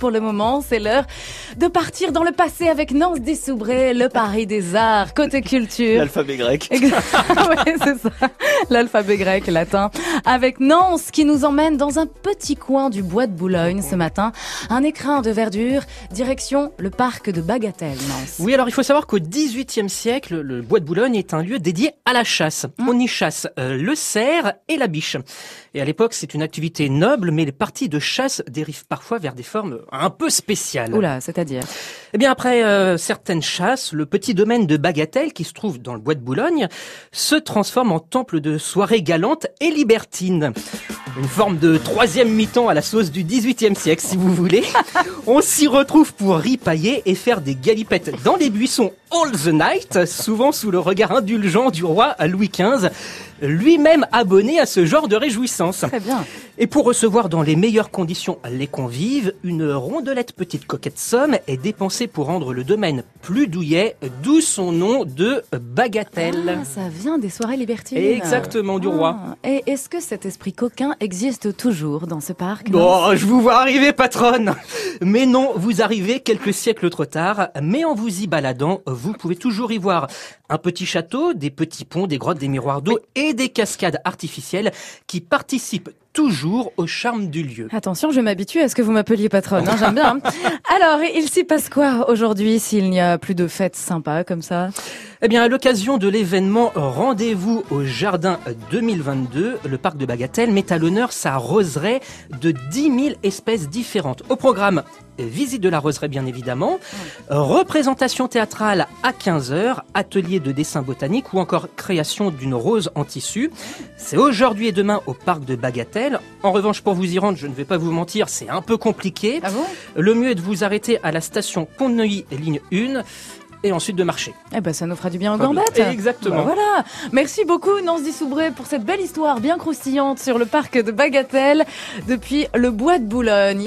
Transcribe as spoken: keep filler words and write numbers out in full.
pour le moment. C'est l'heure de partir dans le passé avec Nance Dessoubré, le Paris des Arts, côté culture. L'alphabet grec. Oui, c'est ça. L'alphabet grec, latin. Avec Nance qui nous emmène dans un petit coin du bois de Boulogne ce matin. Un écrin de verdure, direction le parc de Bagatelle, Nance. Oui, alors il faut savoir qu'au dix-huitième siècle, le bois de Boulogne est un lieu dédié à la chasse. Mmh. On y chasse euh, le cerf et la biche. Et à l'époque, c'est une activité noble, mais les parties de chasse dérivent parfois vers des formes un peu spéciales. Oula, c'est-à-dire ? Eh bien, après euh, certaines chasses, le petit domaine de Bagatelle, qui se trouve dans le bois de Boulogne, se transforme en temple de soirées galantes et libertines. Une forme de troisième mi-temps à la sauce du dix-huitième siècle, si vous voulez. On s'y retrouve pour ripailler et faire des galipettes dans les buissons all the night, souvent sous le regard indulgent du roi Louis quinze, lui-même abonné à ce genre de réjouissance. Très bien. Et pour recevoir dans les meilleures conditions les convives, une rondelette petite coquette somme est dépensée pour rendre le domaine plus douillet, d'où son nom de Bagatelle. Ah, ça vient des soirées libertines. Exactement, du ah. roi. Et est-ce que cet esprit coquin existe toujours dans ce parc ? Oh, je vous vois arriver, patronne. Mais non, vous arrivez quelques siècles trop tard. Mais en vous y baladant, vous pouvez toujours y voir un petit château, des petits ponts, des grottes, des miroirs d'eau et des cascades artificielles qui participent toujours au charme du lieu. Attention, je m'habitue à ce que vous m'appeliez patronne, hein, j'aime bien. Alors, il s'y passe quoi aujourd'hui s'il n'y a plus de fêtes sympas comme ça ? Eh bien, à l'occasion de l'événement Rendez-vous au Jardin deux mille vingt-deux, le parc de Bagatelle met à l'honneur sa roseraie de dix mille espèces différentes. Au programme, visite de la roseraie bien évidemment, représentation théâtrale à quinze heures, atelier de dessin botanique ou encore création d'une rose en tissu. C'est aujourd'hui et demain au parc de Bagatelle. En revanche, pour vous y rendre, je ne vais pas vous mentir, c'est un peu compliqué. Ah bon ? Le mieux est de vous arrêter à la station Pont-de-Neuilly, ligne un, et ensuite de marcher. Eh ben, ça nous fera du bien aux gambettes. Exactement. Ben, voilà. Merci beaucoup, Nance Dessoubré, pour cette belle histoire bien croustillante sur le parc de Bagatelle depuis le bois de Boulogne.